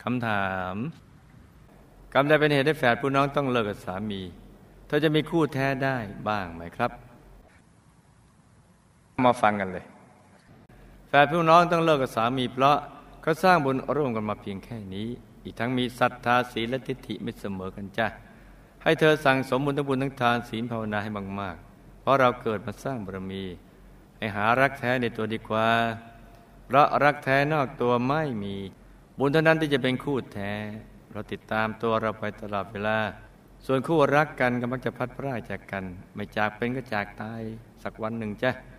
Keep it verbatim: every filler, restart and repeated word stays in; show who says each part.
Speaker 1: คำถามกรรมใดเป็นเหตุให้แฝดผู้น้องต้องเลิกกับสามีเธอจะมีคู่แท้ได้บ้างไหมครับมาฟังกันเลยแฝดผู้น้องต้องเลิกกับสามีเพราะเขาสร้างบุญร่วมกันมาเพียงแค่นี้อีกทั้งมีศรัทธาศีลและทิฏฐิไม่เสมอกันจ้ะให้เธอสั่งสมบุญทั้งบุญทั้งทานศีลภาวนาให้มากๆเพราะเราเกิดมาสร้างบารมีให้หารักแท้ในตัวดีกว่าเพราะรักแท้นอกตัวไม่มีบุญเท่านั้นที่จะเป็นคู่แท้เราติดตามตัวเราไปตลอดเวลาส่วนคู่รักกันก็มักจะพัดพรากจากกันไม่จากเป็นก็จากตายสักวันหนึ่งจ้ะ